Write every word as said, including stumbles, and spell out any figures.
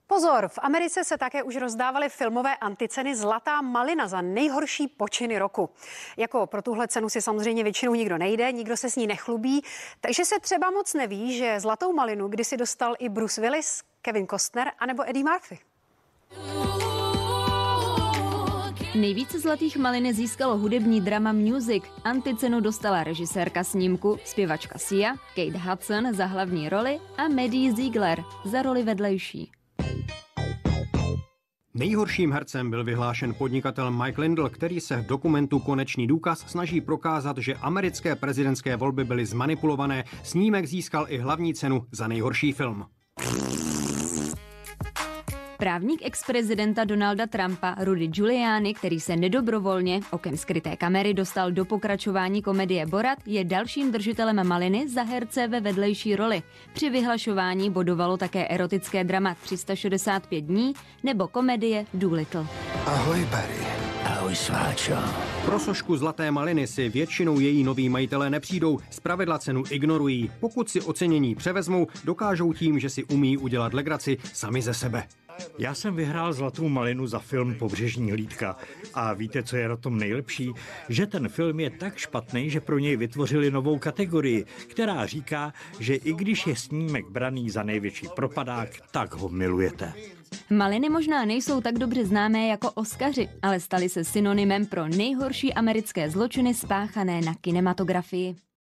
Pozor, v Americe se také už rozdávaly filmové anticeny Zlatá malina za nejhorší počiny roku. Jako pro tuhle cenu si samozřejmě většinou nikdo nejde, nikdo se s ní nechlubí, takže se třeba moc neví, že Zlatou malinu kdysi dostal i Bruce Willis, Kevin Costner anebo Eddie Murphy. Nejvíce zlatých malin získalo hudební drama Music. Anticenu dostala režisérka snímku, zpěvačka Sia, Kate Hudson za hlavní roli a Maddie Ziegler za roli vedlejší. Nejhorším hercem byl vyhlášen podnikatel Mike Lindell, který se v dokumentu Konečný důkaz snaží prokázat, že americké prezidentské volby byly zmanipulované. Snímek získal i hlavní cenu za nejhorší film. Právník ex-prezidenta Donalda Trumpa Rudy Giuliani, který se nedobrovolně okem skryté kamery dostal do pokračování komedie Borat, je dalším držitelem maliny za herce ve vedlejší roli. Při vyhlašování bodovalo také erotické drama tři sta šedesát pět dní nebo komedie Doolittle. Ahoj, Barry. Ahoj, sváčo. Pro sošku Zlaté maliny si většinou její noví majitelé nepřijdou, zpravidla cenu ignorují. Pokud si ocenění převezmou, dokážou tím, že si umí udělat legraci sami ze sebe. Já jsem vyhrál Zlatou malinu za film Pobřežní hlídka. A víte, co je na tom nejlepší? Že ten film je tak špatný, že pro něj vytvořili novou kategorii, která říká, že i když je snímek braný za největší propadák, tak ho milujete. Maliny možná nejsou tak dobře známé jako Oscaři, ale staly se synonymem pro nejhorší americké zločiny spáchané na kinematografii.